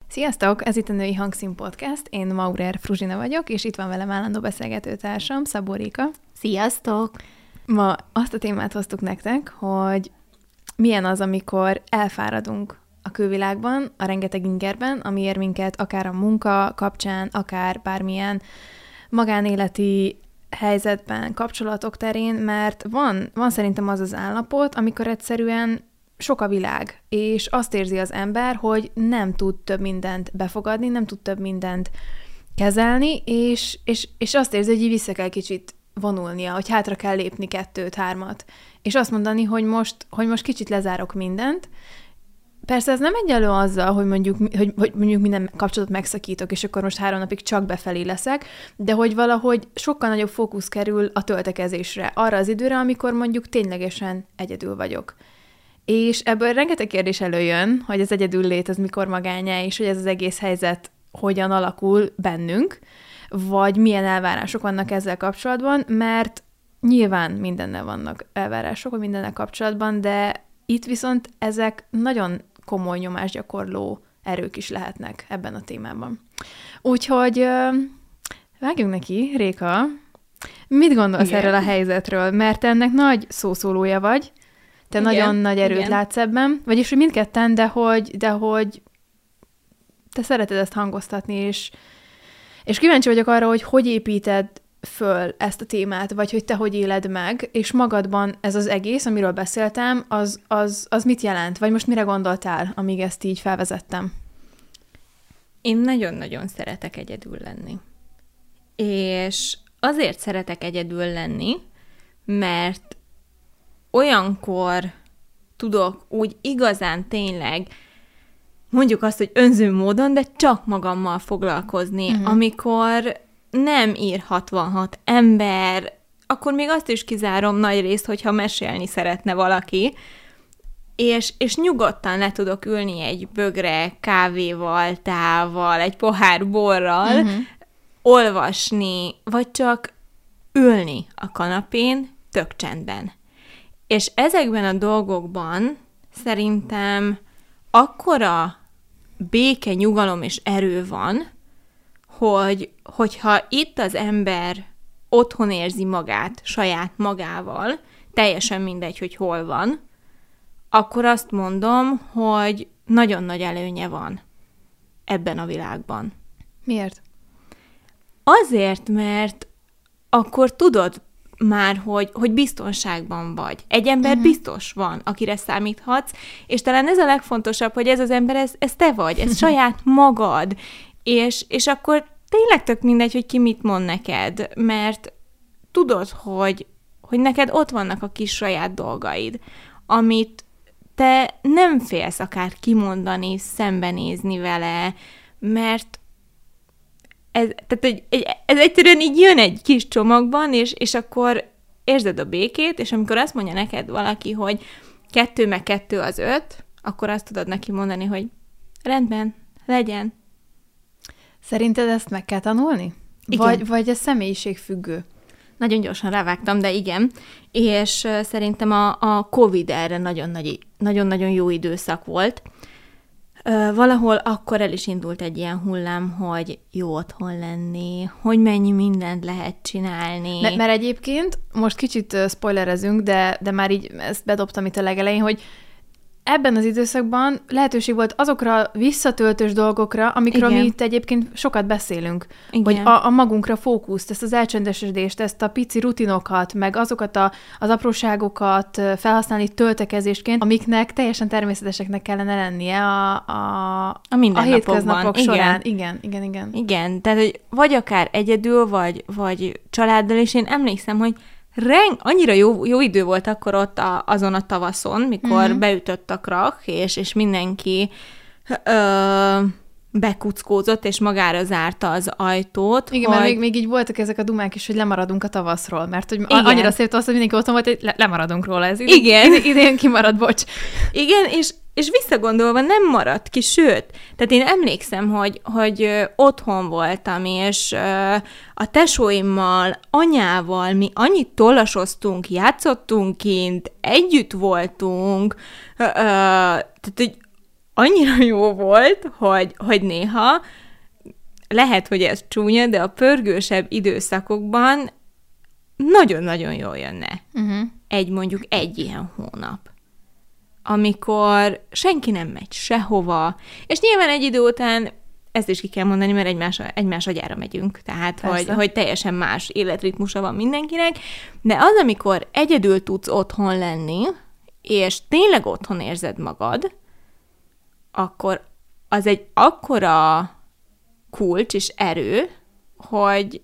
Sziasztok! Ez itt a Női Hangszín Podcast. Én Maurer Fruzsina vagyok, és itt van velem állandó beszélgetőtársam, Szabó Réka. Sziasztok! Ma azt a témát hoztuk nektek, hogy milyen az, amikor elfáradunk a külvilágban, a rengeteg ingerben, ami ér minket akár a munka kapcsán, akár bármilyen magánéleti helyzetben, kapcsolatok terén, mert van szerintem az az állapot, amikor egyszerűen sok a világ, és azt érzi az ember, hogy nem tud több mindent befogadni, nem tud több mindent kezelni, és azt érzi, hogy így vissza kell kicsit vonulnia, hogy hátra kell lépni 2-3, és azt mondani, hogy most kicsit lezárok mindent. Persze ez nem egyenlő azzal, hogy mondjuk minden kapcsolatot megszakítok, és akkor most 3 napig csak befelé leszek, de hogy valahogy sokkal nagyobb fókusz kerül a töltekezésre, arra az időre, amikor mondjuk ténylegesen egyedül vagyok. És ebből rengeteg kérdés előjön, hogy az egyedüllét az mikor magánnyá, és hogy ez az egész helyzet hogyan alakul bennünk, vagy milyen elvárások vannak ezzel kapcsolatban, mert nyilván mindennel vannak elvárások, vagy mindennel kapcsolatban, de itt viszont ezek nagyon komoly nyomásgyakorló erők is lehetnek ebben a témában. Úgyhogy vágjunk neki, Réka, mit gondolsz erről a helyzetről? Mert ennek nagy szószólója vagy, te nagyon nagy erőt látsz ebben, vagyis hogy mindketten, de hogy te szereted ezt hangoztatni, és kíváncsi vagyok arra, hogy építed föl ezt a témát, vagy hogy te hogy éled meg, és magadban ez az egész, amiről beszéltem, az mit jelent? Vagy most mire gondoltál, amíg ezt így felvezettem? Én nagyon-nagyon szeretek egyedül lenni. És azért szeretek egyedül lenni, mert olyankor tudok úgy igazán tényleg, mondjuk azt, hogy önző módon, de csak magammal foglalkozni, amikor nem ír 66 ember, akkor még azt is kizárom nagy részt, hogyha mesélni szeretne valaki, és nyugodtan le tudok ülni egy bögre kávéval, tával, egy pohár borral, olvasni, vagy csak ülni a kanapén tök csendben. És ezekben a dolgokban szerintem akkora béke, nyugalom és erő van, hogyha itt az ember otthon érzi magát, saját magával, teljesen mindegy, hogy hol van, akkor azt mondom, hogy nagyon nagy előnye van ebben a világban. Miért? Azért, mert akkor tudod már, hogy biztonságban vagy. Egy ember biztos van, akire számíthatsz, és talán ez a legfontosabb, hogy ez az ember, ez te vagy, ez saját magad, és akkor tényleg tök mindegy, hogy ki mit mond neked, mert tudod, hogy neked ott vannak a kis saját dolgaid, amit te nem félsz akár kimondani, szembenézni vele, mert ez egyszerűen így jön egy kis csomagban, és akkor érzed a békét, és amikor azt mondja neked valaki, hogy 2 + 2 = 5, akkor azt tudod neki mondani, hogy rendben, legyen. Szerinted ezt meg kell tanulni? Vagy ez személyiségfüggő? Nagyon gyorsan rávágtam, de igen. És szerintem a Covid erre nagyon-nagyon jó időszak volt. Valahol akkor el is indult egy ilyen hullám, hogy jó otthon lenni, hogy mennyi mindent lehet csinálni. Mert egyébként, most kicsit spoilerezünk, de már így ezt bedobtam itt a legelején, hogy ebben az időszakban lehetőség volt azokra visszatöltős dolgokra, amikről mi itt egyébként sokat beszélünk. Igen. Hogy a magunkra fókuszt, ezt az elcsendesedést, ezt a pici rutinokat, meg azokat az apróságokat felhasználni töltekezésként, amiknek teljesen természeteseknek kellene lennie a hétköznapok során. Igen. Igen, tehát hogy vagy akár egyedül, vagy családdal, és én emlékszem, hogy annyira jó idő volt akkor ott azon a tavaszon, mikor beütött a krach, és mindenki bekuckózott, és magára zárta az ajtót. Igen, mert még így voltak ezek a dumák is, hogy lemaradunk a tavaszról, mert hogy annyira szép tavasz, hogy mindenki otthon volt, hogy lemaradunk róla. Ez idén kimarad, bocs. Igen, és visszagondolva nem maradt ki, sőt, tehát én emlékszem, hogy otthon voltam, és a tesóimmal, anyával mi annyit tollasoztunk, játszottunk kint, együtt voltunk, tehát hogy annyira jó volt, hogy néha lehet, hogy ez csúnya, de a pörgősebb időszakokban nagyon-nagyon jól jönne. Mondjuk egy ilyen hónap, amikor senki nem megy sehova, és nyilván egy idő után ezt is ki kell mondani, mert egymás agyára megyünk, tehát hogy teljesen más életritmusa van mindenkinek, de az, amikor egyedül tudsz otthon lenni, és tényleg otthon érzed magad, akkor az egy akkora kulcs és erő, hogy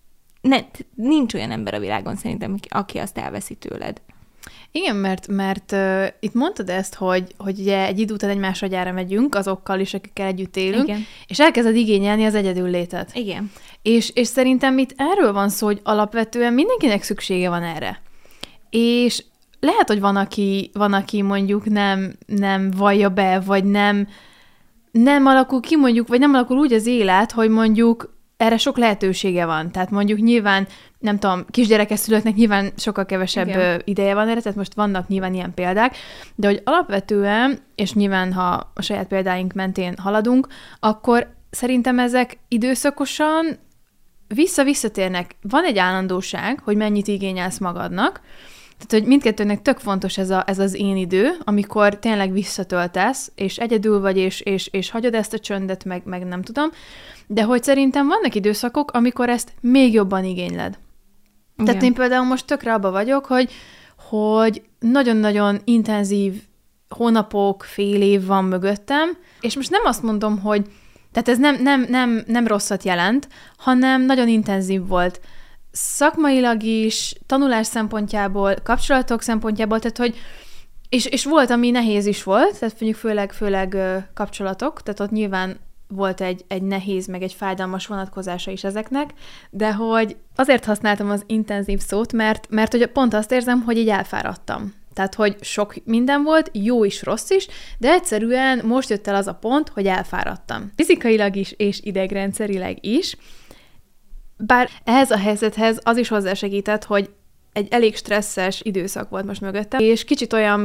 nincs olyan ember a világon szerintem, aki azt elveszi tőled. Igen, mert itt mondtad ezt, hogy ugye egy idő után egymás agyára megyünk azokkal is, akikkel együtt élünk, igen. És elkezded igényelni az egyedüllétet. Igen. És szerintem itt erről van szó, hogy alapvetően mindenkinek szüksége van erre. És lehet, hogy van, aki mondjuk nem vallja be, vagy nem alakul ki mondjuk, vagy nem alakul úgy az élet, hogy mondjuk erre sok lehetősége van. Tehát mondjuk nyilván, nem tudom, kisgyerekes szülőknek nyilván sokkal kevesebb ideje van erre, tehát most vannak nyilván ilyen példák, de hogy alapvetően, és nyilván ha a saját példáink mentén haladunk, akkor szerintem ezek időszakosan visszatérnek. Van egy állandóság, hogy mennyit igényelsz magadnak, tehát, hogy mindkettőnek tök fontos ez az én idő, amikor tényleg visszatöltesz, és egyedül vagy, és hagyod ezt a csöndet, meg nem tudom, de hogy szerintem vannak időszakok, amikor ezt még jobban igényled. Igen. Tehát én például most tökre abba vagyok, hogy nagyon-nagyon intenzív hónapok, fél év van mögöttem, és most nem azt mondom, hogy tehát ez nem rosszat jelent, hanem nagyon intenzív volt. Szakmailag is, tanulás szempontjából, kapcsolatok szempontjából, tehát hogy és volt, ami nehéz is volt, tehát mondjuk főleg kapcsolatok, tehát ott nyilván volt egy nehéz, meg egy fájdalmas vonatkozása is ezeknek, de hogy azért használtam az intenzív szót, mert hogy pont azt érzem, hogy így elfáradtam. Tehát, hogy sok minden volt, jó is, rossz is, de egyszerűen most jött el az a pont, hogy elfáradtam. Fizikailag is, és idegrendszerileg is. Bár ehhez a helyzethez az is hozzásegített, hogy egy elég stresszes időszak volt most mögöttem, és kicsit olyan,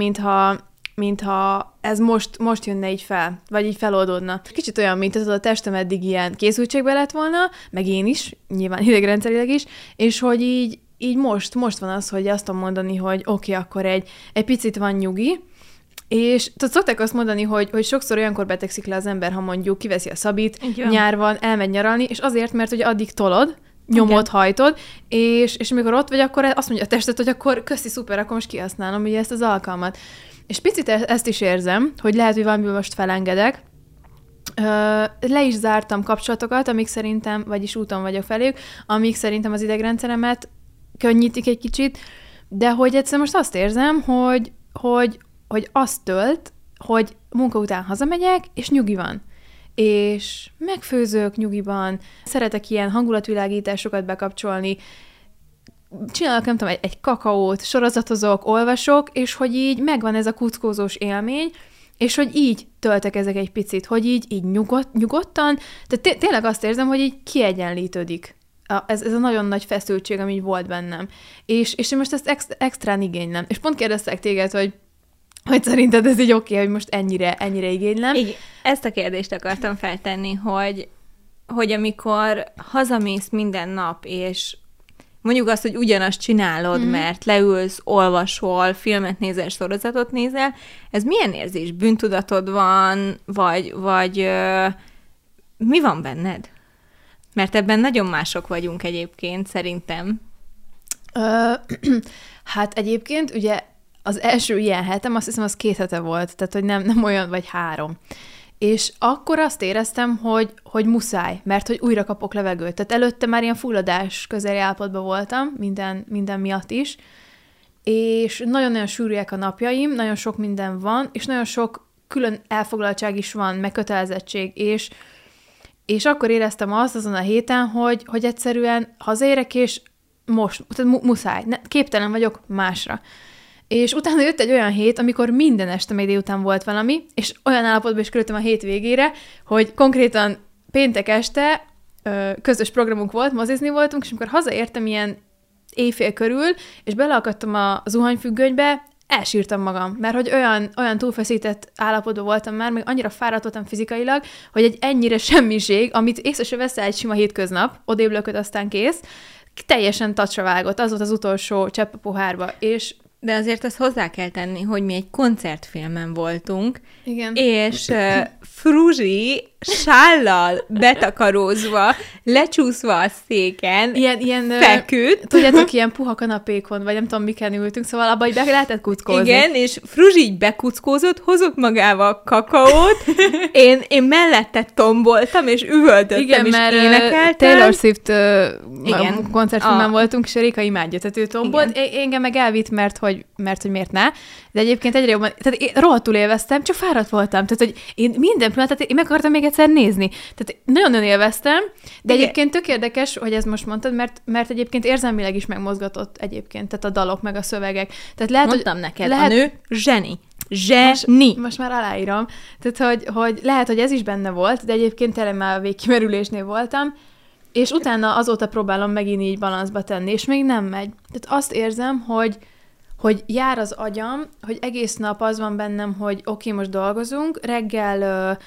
mintha ez most jönne így fel, vagy így feloldódna. Kicsit olyan, mint a testem eddig ilyen készültségbe lett volna, meg én is, nyilván idegrendszerileg is, és hogy így most van az, hogy azt tudom mondani, hogy oké, akkor egy picit van nyugi, és szokták azt mondani, hogy sokszor olyankor betegszik le az ember, ha mondjuk kiveszi a szabit, nyár van, elmegy nyaralni, és azért, mert ugye addig tolod, nyomod, hajtod, és amikor ott vagy, akkor azt mondja a tested, hogy akkor köszi, szuper, akkor most kihasználom ugye ezt az alkalmat. És picit ezt is érzem, hogy lehet, hogy valamiből most felengedek. Le is zártam kapcsolatokat, amik szerintem, vagyis úton vagyok feléjük, amik szerintem az idegrendszeremet könnyítik egy kicsit, de hogy egyszer most azt érzem, hogy azt tölt, hogy munka után hazamegyek, és nyugi van. És megfőzök nyugiban, szeretek ilyen hangulatvilágításokat bekapcsolni, csinálok, nem tudom, egy kakaót, sorozatozok, olvasok, és hogy így megvan ez a kuckózós élmény, és hogy így töltek ezek egy picit, hogy így nyugodtan, tehát tényleg azt érzem, hogy így kiegyenlítődik. Ez a nagyon nagy feszültség, ami volt bennem. És én most ezt extrán igénylem. És pont kérdeztek téged, hogy szerinted ez így oké, hogy most ennyire igénylem. Igen, ezt a kérdést akartam feltenni, hogy amikor hazamész minden nap, és mondjuk azt, hogy ugyanazt csinálod, mert leülsz, olvasol, filmet nézel, sorozatot nézel, ez milyen érzés? Bűntudatod van, vagy mi van benned? Mert ebben nagyon mások vagyunk egyébként, szerintem. Hát egyébként ugye az első ilyen hetem, azt hiszem, az 2 hete volt, tehát hogy nem olyan, vagy 3. És akkor azt éreztem, hogy muszáj, mert hogy újra kapok levegőt. Tehát előtte már ilyen fulladás közeli állapotban voltam, minden miatt is, és nagyon-nagyon sűrűek a napjaim, nagyon sok minden van, és nagyon sok külön elfoglaltság is van, meg kötelezettség, és akkor éreztem azt azon a héten, hogy egyszerűen hazaérek, és most, tehát muszáj, képtelen vagyok másra. És utána jött egy olyan hét, amikor minden este még délután volt valami, és olyan állapotban is kerültem a hét végére, hogy konkrétan péntek este közös programunk volt, mozizni voltunk, és amikor hazaértem ilyen éjfél körül, és beleakadtam a zuhanyfüggönybe, elsírtam magam, mert hogy olyan túlfeszített állapotban voltam már, még annyira fáradt voltam fizikailag, hogy egy ennyire semmiség, amit észre se veszel egy sima hétköznap, odébb lököd, aztán kész, teljesen tacsra vágott, az volt az utolsó csepp a pohárba, és de azért azt hozzá kell tenni, hogy mi egy koncertfilmen voltunk, igen. És Fruzsi sállal betakarózva, lecsúszva a széken, ilyen feküdt. Tudjátok, ilyen puha kanapékon, vagy nem tudom, miken ültünk, szóval abban be lehetett kuckózni. Igen, és Fruzsi így bekuckózott, hozott magával kakaót, én mellette tomboltam, és üvöltöttem, igen, és mert énekeltem. Taylor Swift koncertfilmen voltunk, és Erika imádja, tehát ő tombolt. Engem meg elvitt, mert hogy miért ne. De egyébként egyre jobban, tehát én rohadtul élveztem, csak fáradt voltam. Tehát, hogy én minden pillanatot, én meg akartam még egyszer nézni. Tehát nagyon-nagyon élveztem, de igen. Egyébként tök érdekes, hogy ezt most mondtad, mert egyébként érzelmileg is megmozgatott egyébként, tehát a dalok meg a szövegek. Tehát lehet, mondtam neked, a nő zseni. Most már aláírom. Tehát, hogy lehet, hogy ez is benne volt, de egyébként tényleg már a végkimerülésnél voltam, és utána azóta próbálom megint így balanszba tenni, és még nem megy. Tehát azt érzem, hogy jár az agyam, hogy egész nap az van bennem, hogy oké, most dolgozunk, reggel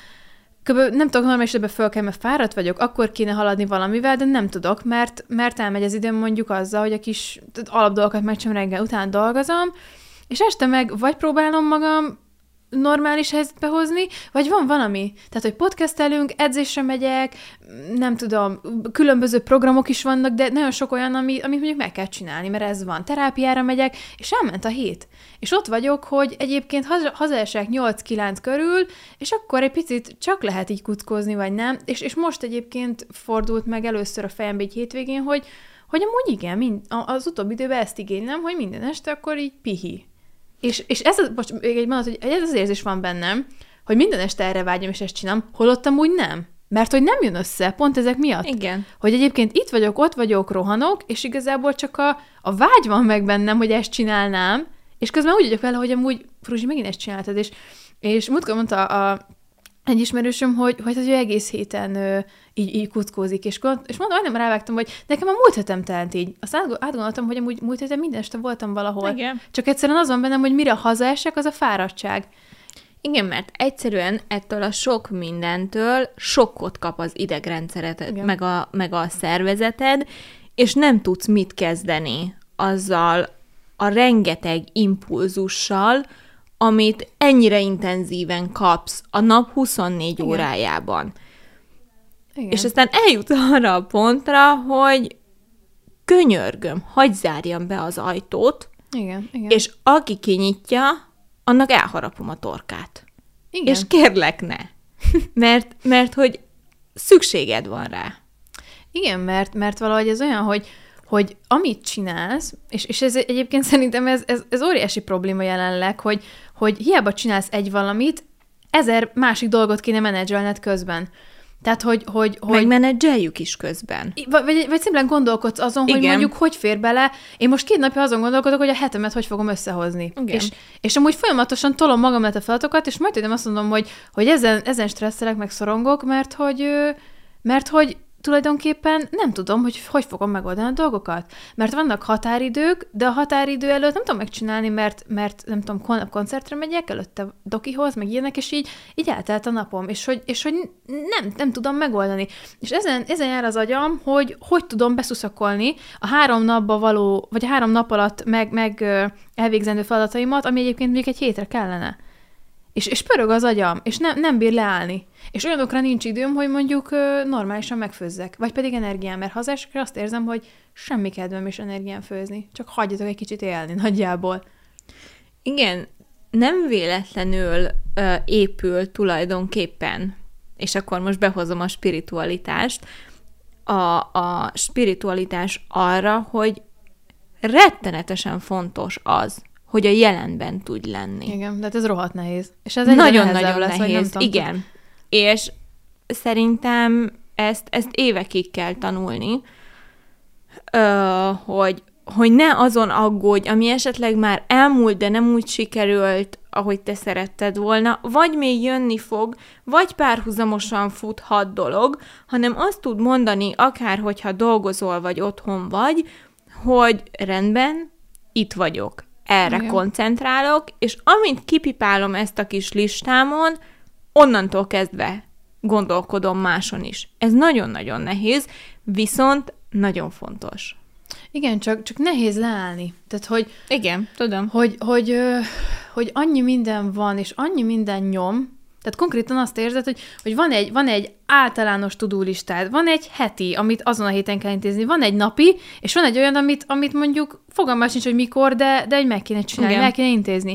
nem tudok normális ebbe fölkelni, mert fáradt vagyok, akkor kéne haladni valamivel, de nem tudok, mert elmegy az időm mondjuk azzal, hogy a kis alapdolgokat megcsinálom reggel, után dolgozom, és este meg vagy próbálom magam normális helyzetbe hozni, vagy van valami. Tehát, hogy podcastelünk, edzésre megyek, nem tudom, különböző programok is vannak, de nagyon sok olyan, amit mondjuk meg kell csinálni, mert ez van. Terápiára megyek, és elment a hét. És ott vagyok, hogy egyébként hazaesek 8-9 körül, és akkor egy picit csak lehet így kuckózni, vagy nem. És most egyébként fordult meg először a fejembe egy hétvégén, hogy amúgy igen, az utóbbi időben ezt igénylem, hogy minden este akkor így pihi. És most még egy mondat, hogy ez az érzés van bennem, hogy minden este erre vágyom, és ezt csinálom, holott amúgy nem. Mert hogy nem jön össze, pont ezek miatt. Igen. Hogy egyébként itt vagyok, ott vagyok, rohanok, és igazából csak a vágy van meg bennem, hogy ezt csinálnám, és közben úgy vagyok vele, hogy amúgy, Fruzsi, megint ezt csináltad, és múltkor mondta egy ismerősöm, hogy ő egész héten így kuckózik, és majdnem rávágtam, hogy nekem a múlt hetem telt így. Aztán átgondoltam, hogy amúgy múlt héten minden este voltam valahol. Igen. Csak egyszerűen az van bennem, hogy mire hazaesek, az a fáradtság. Igen, mert egyszerűen ettől a sok mindentől sokkot kap az idegrendszered, meg a szervezeted, és nem tudsz mit kezdeni azzal a rengeteg impulzussal, amit ennyire intenzíven kapsz a nap 24 órájában. Igen. És aztán eljut arra a pontra, hogy könyörgöm, hagyj zárjam be az ajtót, igen. És aki kinyitja, annak elharapom a torkát. Igen. És kérlek ne. Mert hogy szükséged van rá. Igen, mert valahogy ez olyan, hogy amit csinálsz, és ez egyébként szerintem ez óriási probléma jelenleg, hogy hiába csinálsz egy valamit, 1000 másik dolgot kéne menedzselned közben. Tehát, hogy megmenedzseljük is közben. Vagy szimplán gondolkodsz azon, igen. Hogy mondjuk hogy fér bele. Én most 2 napja azon gondolkodok, hogy a hetemet hogy fogom összehozni. És amúgy folyamatosan tolom magam a feladatokat, és majd azt mondom, hogy ezen stresszelek, meg szorongok, mert hogy tulajdonképpen nem tudom, hogy fogom megoldani a dolgokat. Mert vannak határidők, de a határidő előtt nem tudom megcsinálni, mert nem tudom, holnap koncertre megyek, előtte dokihoz, meg ilyenek, és így eltelt a napom, és hogy nem tudom megoldani. És ezen jár az agyam, hogy tudom beszuszakolni a 3 napba való, vagy a 3 nap alatt meg elvégzendő feladataimat, ami egyébként még egy hétre kellene. És pörög az agyam, és nem bír leállni. És olyanokra nincs időm, hogy mondjuk normálisan megfőzzek. Vagy pedig energiám, mert hazáskor azt érzem, hogy semmi kedvem és energiám főzni. Csak hagyjatok egy kicsit élni nagyjából. Igen, nem véletlenül épül tulajdonképpen, és akkor most behozom a spiritualitást, a spiritualitás arra, hogy rettenetesen fontos az, hogy a jelenben tudj lenni. Igen, de hát ez rohadt nehéz. És ez nagyon-nagyon lesz, nehéz. Igen. És szerintem ezt évekig kell tanulni, hogy ne azon aggódj, ami esetleg már elmúlt, de nem úgy sikerült, ahogy te szeretted volna, vagy még jönni fog, vagy párhuzamosan futhat dolog, hanem azt tud mondani, akár hogyha dolgozol, vagy otthon vagy, hogy rendben, itt vagyok. erre Igen. koncentrálok, és amint kipipálom ezt a kis listámon, onnantól kezdve gondolkodom máson is. Ez nagyon-nagyon nehéz, viszont nagyon fontos. Igen, csak nehéz leállni. Tehát, Igen, tudom. hogy annyi minden van, és annyi minden nyom, tehát konkrétan azt érzed, hogy van egy általános to-do listád, van egy heti, amit azon a héten kell intézni, van egy napi, és van egy olyan, amit mondjuk fogalmam sincs, hogy mikor, de egy meg kéne csinálni, Igen. meg kéne intézni.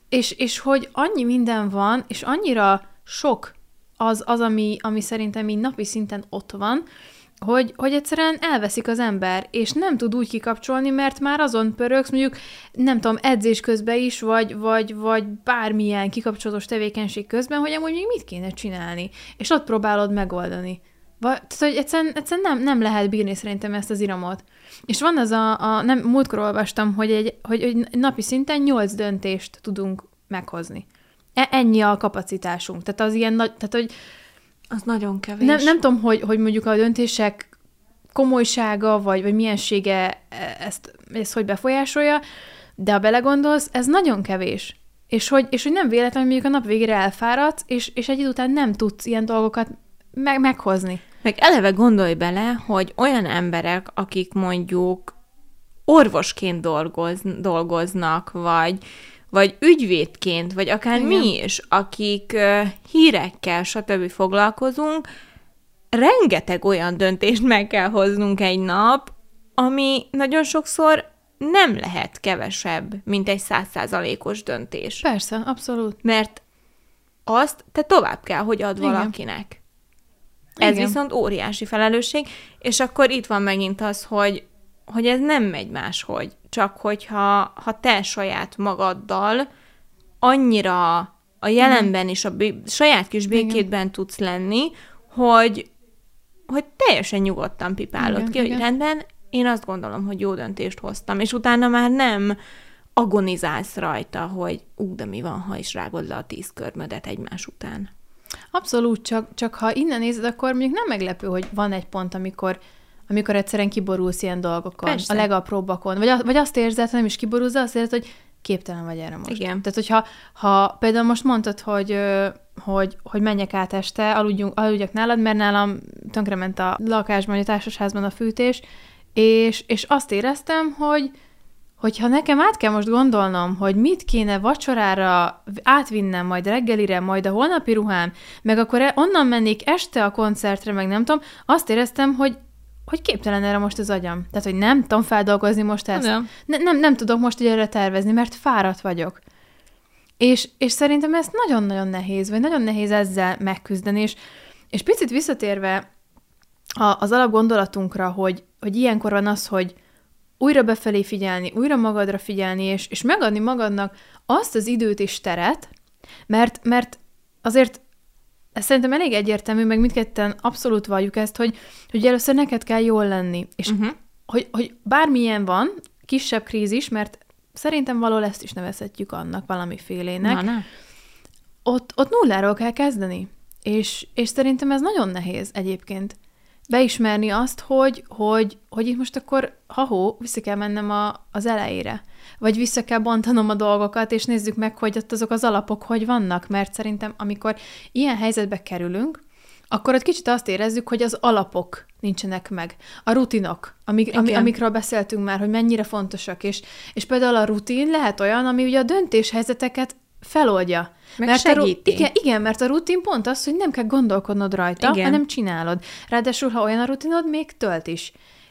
És hogy annyi minden van, és annyira sok az ami szerintem így napi szinten ott van, hogy egyszerűen elveszik az ember, és nem tud úgy kikapcsolni, mert már azon pörögsz, mondjuk, nem tudom, edzés közben is, vagy bármilyen kikapcsolatos tevékenység közben, hogy amúgy még mit kéne csinálni, és ott próbálod megoldani. Tehát, hogy egyszerűen nem lehet bírni szerintem ezt az iramot. És van az nem, múltkor olvastam, hogy napi szinten 8 döntést tudunk meghozni. Ennyi a kapacitásunk. Tehát az ilyen nagy, tehát hogy Az nagyon kevés. nem tudom, hogy mondjuk a döntések komolysága, vagy miensége ezt hogy befolyásolja, de ha belegondolsz, ez nagyon kevés. És hogy nem véletlen, hogy mondjuk a nap végére elfáradsz, és egy idő után nem tudsz ilyen dolgokat meghozni. Meg eleve gondolj bele, hogy olyan emberek, akik mondjuk orvosként dolgoznak, vagy ügyvédként, vagy akár Igen. mi is, akik hírekkel, stb. Foglalkozunk, rengeteg olyan döntést meg kell hoznunk egy nap, ami nagyon sokszor nem lehet kevesebb, mint egy 100%-os döntés. Persze, abszolút. Mert azt te tovább kell, hogy add Igen. valakinek. Ez Igen. viszont óriási felelősség, és akkor itt van megint az, hogy ez nem megy máshogy. Csak hogyha te saját magaddal annyira a jelenben és a saját kis békédben tudsz lenni, hogy teljesen nyugodtan pipálod Igen, ki, hogy igen. rendben, én azt gondolom, hogy jó döntést hoztam, és utána már nem agonizálsz rajta, hogy de mi van, ha is rágod le a 10 körmödet egymás után. Abszolút, csak ha innen nézed, akkor mondjuk nem meglepő, hogy van egy pont, amikor egyszerűen kiborulsz ilyen dolgokon, Persze. a legapróbbakon, vagy azt érzed, ha nem is kiborulsz, azt érzed, hogy képtelen vagy erre most. Igen. Tehát, hogyha például most mondtad, hogy menjek át este, aludjak nálad, mert nálam tönkrement a lakásban, vagy a társasházban a fűtés, és azt éreztem, hogy ha nekem át kell most gondolnom, hogy mit kéne vacsorára átvinnem, majd reggelire, majd a holnapi ruhám, meg akkor onnan mennék este a koncertre, meg nem tudom, azt éreztem, hogy képtelen erre most az agyam. Tehát, hogy nem tudom feldolgozni most ezt. Nem tudok most erre tervezni, mert fáradt vagyok. És szerintem ez nagyon-nagyon nehéz, vagy nagyon nehéz ezzel megküzdeni, és picit visszatérve az alapgondolatunkra, hogy ilyenkor van az, hogy újra befelé figyelni, újra magadra figyelni, és megadni magadnak azt az időt és teret, mert azért ez szerintem elég egyértelmű, meg mindketten abszolút valljuk ezt, hogy először neked kell jól lenni. És hogy bármilyen van, kisebb krízis, mert szerintem valahol ezt is nevezhetjük annak valamifélének, ott nulláról kell kezdeni. És szerintem ez nagyon nehéz egyébként. Beismerni azt, hogy itt most akkor, vissza kell mennem az elejére. Vagy vissza kell bontanom a dolgokat, és nézzük meg, hogy ott azok az alapok hogy vannak, mert szerintem, amikor ilyen helyzetbe kerülünk, akkor ott kicsit azt érezzük, hogy az alapok nincsenek meg. A rutinok, amikről beszéltünk már, hogy mennyire fontosak, és például a rutin lehet olyan, ami ugye a döntéshelyzeteket feloldja. Meg segíti. Igen, mert a rutin pont az, hogy nem kell gondolkodnod rajta, hanem csinálod. Ráadásul, ha olyan a rutinod, még tölt is.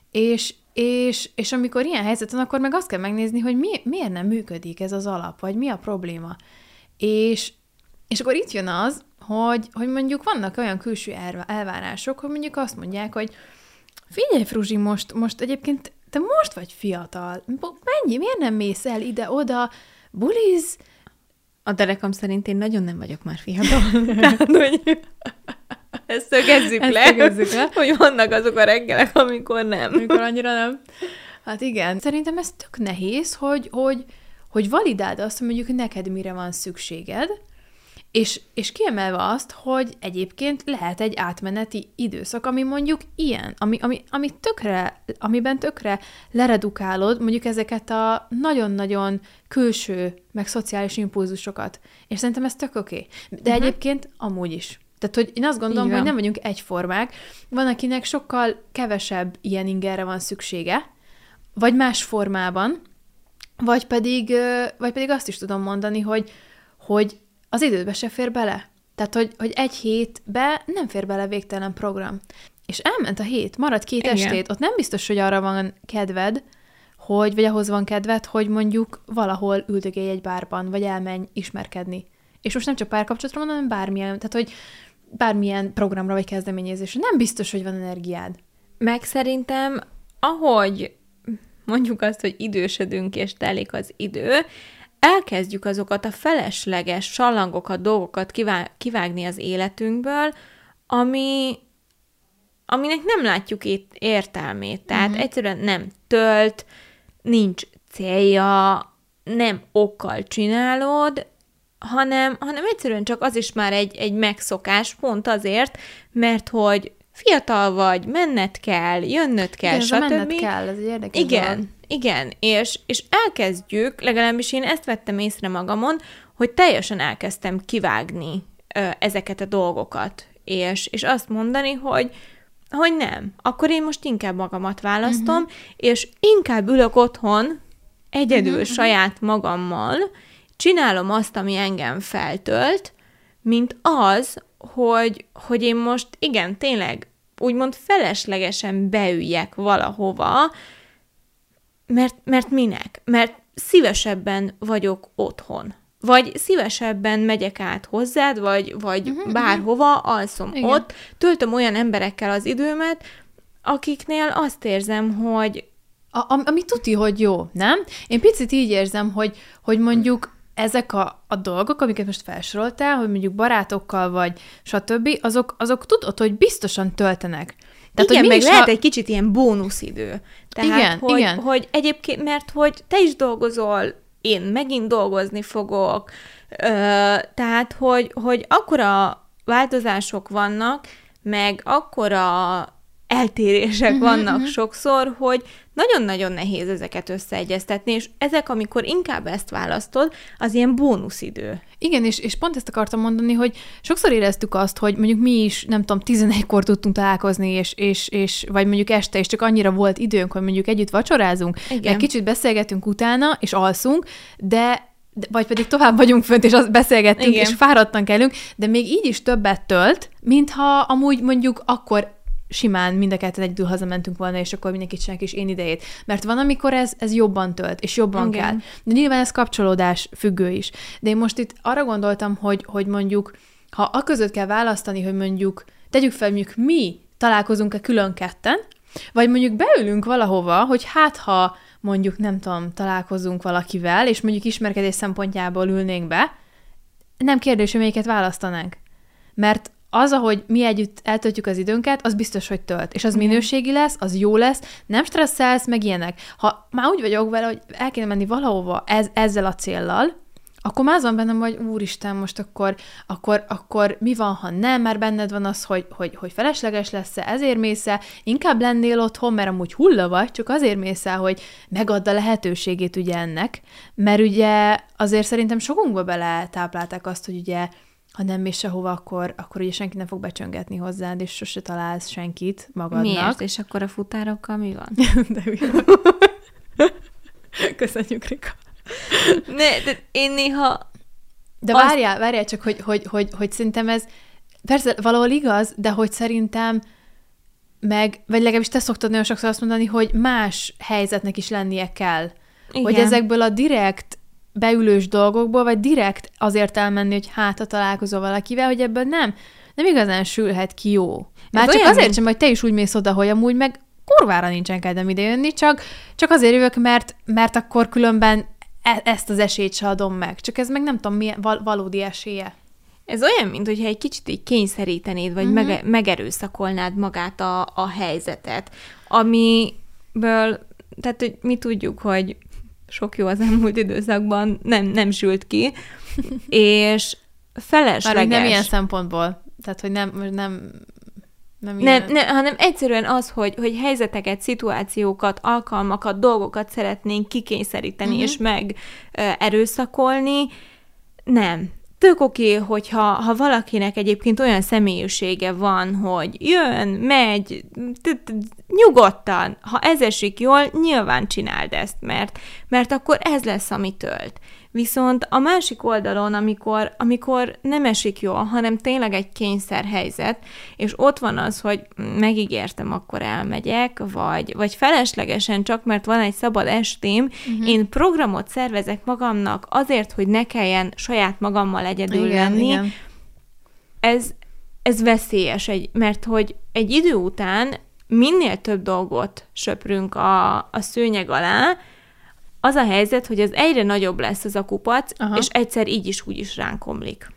És amikor ilyen helyzet van, akkor meg azt kell megnézni, hogy miért nem működik ez az alap, vagy mi a probléma. És akkor itt jön az, hogy mondjuk vannak olyan külső elvárások, hogy mondjuk azt mondják, hogy figyelj, Fruzsi, most egyébként te most vagy fiatal. Miért nem mész el ide-oda, buliz? A derekam szerint én nagyon nem vagyok már fiatal. Tehát, hogy ezt szögezzük le, hogy vannak azok a reggelek, amikor nem. Amikor annyira nem. Hát igen. Szerintem ez tök nehéz, hogy validáld azt, hogy mondjuk neked mire van szükséged, És kiemelve azt, hogy egyébként lehet egy átmeneti időszak, ami mondjuk ilyen, amiben tökre leredukálod mondjuk ezeket a nagyon-nagyon külső, meg szociális impulzusokat. És szerintem ez tök oké. De egyébként amúgy is. Tehát, hogy én azt gondolom, hogy nem vagyunk egyformák. Van, akinek sokkal kevesebb ilyen ingerre van szüksége, vagy más formában, vagy pedig azt is tudom mondani, hogy az idődbe se fér bele. Tehát, hogy egy hétbe nem fér bele végtelen program. És elment a hét, marad 2 estét, ott nem biztos, hogy arra van kedved, vagy ahhoz van kedved, hogy mondjuk valahol üldögélj egy bárban, vagy elmenj ismerkedni. És most nem csak párkapcsolatra mondom, hanem bármilyen, tehát, hogy bármilyen programra vagy kezdeményezésre. Nem biztos, hogy van energiád. Meg szerintem, ahogy mondjuk azt, hogy idősödünk és telik az idő, elkezdjük azokat a felesleges sallangokat, dolgokat kivágni az életünkből, aminek nem látjuk itt értelmét. Tehát egyszerűen nem tölt, nincs célja, nem okkal csinálod, hanem egyszerűen csak az is már egy megszokás, pont azért, mert hogy fiatal vagy, menned kell, jönnöd kell, igen, stb. Menned kell, ez egy érdekes Igen, és elkezdjük, legalábbis én ezt vettem észre magamon, hogy teljesen elkezdtem kivágni ezeket a dolgokat, és azt mondani, hogy nem, akkor én most inkább magamat választom, és inkább ülök otthon egyedül saját magammal, csinálom azt, ami engem feltölt, mint az, hogy én most igen, tényleg úgymond feleslegesen beüljek valahova, mert minek? Mert szívesebben vagyok otthon. Vagy szívesebben megyek át hozzád, vagy bárhova, alszom ott, töltöm olyan emberekkel az időmet, akiknél azt érzem, hogy... Ami tuti, hogy jó, nem? Én picit így érzem, hogy mondjuk ezek a dolgok, amiket most felsoroltál, hogy mondjuk barátokkal vagy stb., azok tudod, hogy biztosan töltenek. Tehát, igen, meg lehet egy kicsit ilyen bónuszidő. Tehát, hogy egyébként, mert hogy te is dolgozol, én megint dolgozni fogok, tehát, hogy akkora változások vannak, meg akkora eltérések vannak sokszor, hogy nagyon-nagyon nehéz ezeket összeegyeztetni, és ezek, amikor inkább ezt választod, az ilyen bónuszidő. Igen, és pont ezt akartam mondani, hogy sokszor éreztük azt, hogy mondjuk mi is, nem tudom, 11-kor tudtunk találkozni, és vagy mondjuk este, és csak annyira volt időnk, hogy mondjuk együtt vacsorázunk, meg kicsit beszélgetünk utána, és alszunk, vagy pedig tovább vagyunk fönt, és azt beszélgettünk, és fáradtan kellünk, de még így is többet tölt, mintha amúgy mondjuk akkor simán mind a ketten egyedül hazamentünk volna, és akkor mindenki csinálják is én idejét. Mert van, amikor ez jobban tölt, és jobban kell. De nyilván ez kapcsolódás függő is. De én most itt arra gondoltam, hogy mondjuk, ha aközött kell választani, hogy mondjuk tegyük fel, mondjuk mi találkozunk-e külön ketten, vagy mondjuk beülünk valahova, hogy hát ha mondjuk, nem tudom, találkozunk valakivel, és mondjuk ismerkedés szempontjából ülnénk be, nem kérdés, hogy melyiket választanánk. Mert az, ahogy mi együtt eltöltjük az időnket, az biztos, hogy tölt. És az minőségi lesz, az jó lesz, nem stresszelsz, meg ilyenek. Ha már úgy vagyok vele, hogy el kéne menni valahova ezzel a céllal, akkor már az van bennem, hogy úristen, most akkor mi van, ha nem, mert benned van az, hogy felesleges lesz-e, ezért mész-e, inkább lennél otthon, mert amúgy hulla vagy, csak azért mész el, hogy megadd a lehetőségét ugye ennek, mert ugye azért szerintem sokunkba bele táplálták azt, hogy ugye ha nem mész sehova, akkor ugye senki nem fog becsöngetni hozzád, és sose találsz senkit magadnak. Miért? És akkor a futárokkal mi van? De mi van? Köszönjük, Rika. De én néha... De várjál csak, hogy szerintem ez persze valahol igaz, de hogy szerintem vagy legalábbis te szoktad nagyon sokszor azt mondani, hogy más helyzetnek is lennie kell. Igen. Hogy ezekből a direkt beülős dolgokból, vagy direkt azért elmenni, hogy hát, ha találkozol valakivel, hogy ebből nem igazán sülhet ki jó. Már csak azért sem, hogy te is úgy mész oda, hogy amúgy meg kurvára nincsen kedvem idejönni, csak azért jövök, mert akkor különben ezt az esélyt se adom meg. Csak ez meg nem tudom, milyen valódi esélye. Ez olyan, mintha egy kicsit így kényszerítenéd, vagy megerőszakolnád magát a helyzetet, amiből, tehát hogy mi tudjuk, hogy sok jó az elmúlt időszakban nem sült ki, és felesleges. Mármint nem ilyen szempontból. Tehát, hogy nem ilyen. Nem, hanem egyszerűen az, hogy helyzeteket, szituációkat, alkalmakat, dolgokat szeretnénk kikényszeríteni és meg erőszakolni. Nem. Tök oké, hogyha valakinek egyébként olyan személyisége van, hogy jön, megy, nyugodtan, ha ez esik jól, nyilván csináld ezt, mert akkor ez lesz, ami tölt. Viszont a másik oldalon, amikor nem esik jól, hanem tényleg egy kényszerhelyzet, és ott van az, hogy megígértem, akkor elmegyek, vagy feleslegesen csak, mert van egy szabad estém, én programot szervezek magamnak azért, hogy ne kelljen saját magammal egyedül lenni. Igen. Ez veszélyes, mert hogy egy idő után minél több dolgot söprünk a szőnyeg alá, az a helyzet, hogy az egyre nagyobb lesz az a kupac, és egyszer így is úgy is ránk omlik.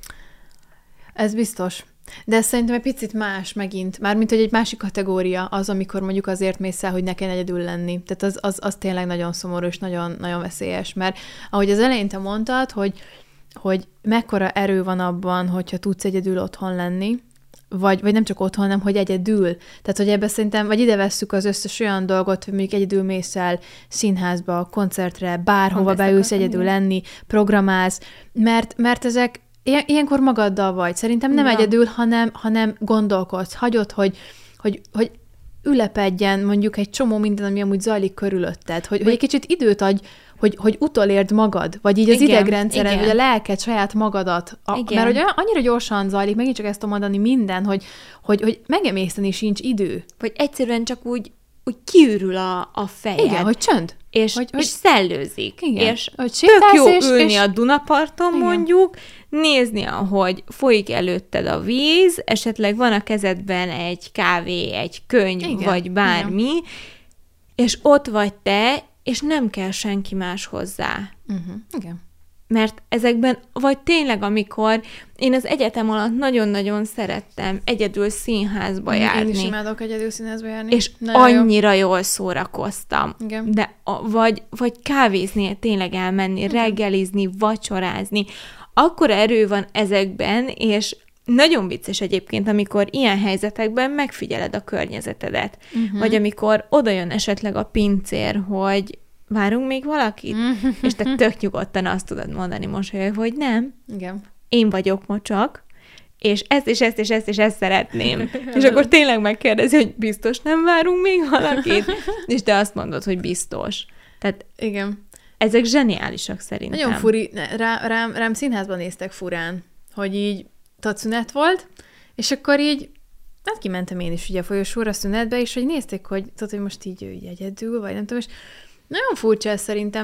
Ez biztos. De ez szerintem egy picit más megint. Mármint, hogy egy másik kategória az, amikor mondjuk azért mész el, hogy ne kell egyedül lenni. Tehát az tényleg nagyon szomorú és nagyon, nagyon veszélyes. Mert ahogy az elején te mondtad, hogy mekkora erő van abban, hogyha tudsz egyedül otthon lenni, vagy nem csak otthon, hanem hogy egyedül. Tehát, hogy ebbe szerintem, vagy ide vesszük az összes olyan dolgot, hogy mondjuk egyedül mész el színházba, koncertre, bárhova beülsz egyedül lenni, programálsz, mert ezek ilyenkor magaddal vagy. Szerintem nem egyedül, hanem gondolkodsz. Hagyod, hogy ülepedjen mondjuk egy csomó minden, ami amúgy zajlik körülötted. Hogy egy kicsit időt adj, hogy utolérd magad, vagy így az idegrendszered, vagy a lelked, saját magadat. Mert hogy annyira gyorsan zajlik, megint csak ezt tudom mondani minden, hogy megemészteni sincs idő. Vagy egyszerűen csak úgy kiürül a fejed. Igen, hogy csönd. És szellőzik. Igen. És hogy tök jó ülni a Dunaparton mondjuk, nézni, ahogy folyik előtted a víz, esetleg van a kezedben egy kávé, egy könyv, vagy bármi, és ott vagy te, és nem kell senki más hozzá. Igen. Mert ezekben, vagy tényleg, amikor én az egyetem alatt nagyon-nagyon szerettem egyedül színházba járni. Én is imádok egyedül színházba járni. És annyira jól szórakoztam. Igen. De vagy kávézni, tényleg elmenni, reggelizni, vacsorázni. Akkora erő van ezekben, és nagyon vicces egyébként, amikor ilyen helyzetekben megfigyeled a környezetedet. Vagy amikor odajön esetleg a pincér, hogy várunk még valakit? És te tök nyugodtan azt tudod mondani mosolyogva, hogy nem. Igen. Én vagyok mocsak, és ezt és ezt és ezt és ezt szeretném. És akkor tényleg megkérdezi, hogy biztos nem várunk még valakit? És te azt mondod, hogy biztos. Tehát igen. Ezek zseniálisak szerintem. Nagyon furi, rám színházban néztek furán, hogy így szünet volt, és akkor így hát kimentem én is ugye a folyosóra szünetbe, és hogy nézték, hogy tudod, hogy most így ő egyedül, vagy nem tudom, és nagyon furcsa ez szerintem,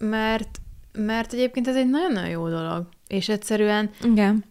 mert egyébként ez egy nagyon-nagyon jó dolog. És egyszerűen igen.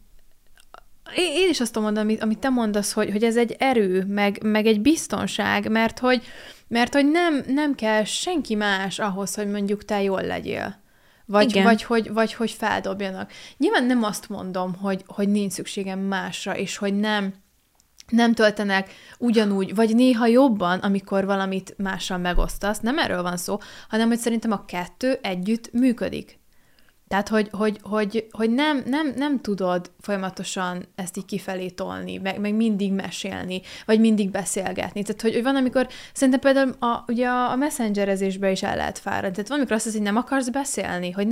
Én is azt tudom mondani, amit te mondasz, hogy ez egy erő, meg egy biztonság, mert hogy nem kell senki más ahhoz, hogy mondjuk te jól legyél. Vagy hogy feldobjanak. Nyilván nem azt mondom, hogy nincs szükségem másra, és hogy nem töltenek ugyanúgy, vagy néha jobban, amikor valamit mással megosztasz. Nem erről van szó, hanem hogy szerintem a kettő együtt működik. Tehát, hogy nem tudod folyamatosan ezt így kifelé tolni, meg mindig mesélni, vagy mindig beszélgetni. Tehát, hogy van, amikor szerintem például ugye a messengerezésbe is el lehet fáradni. Tehát van, amikor azt hiszed, hogy nem akarsz beszélni, hogy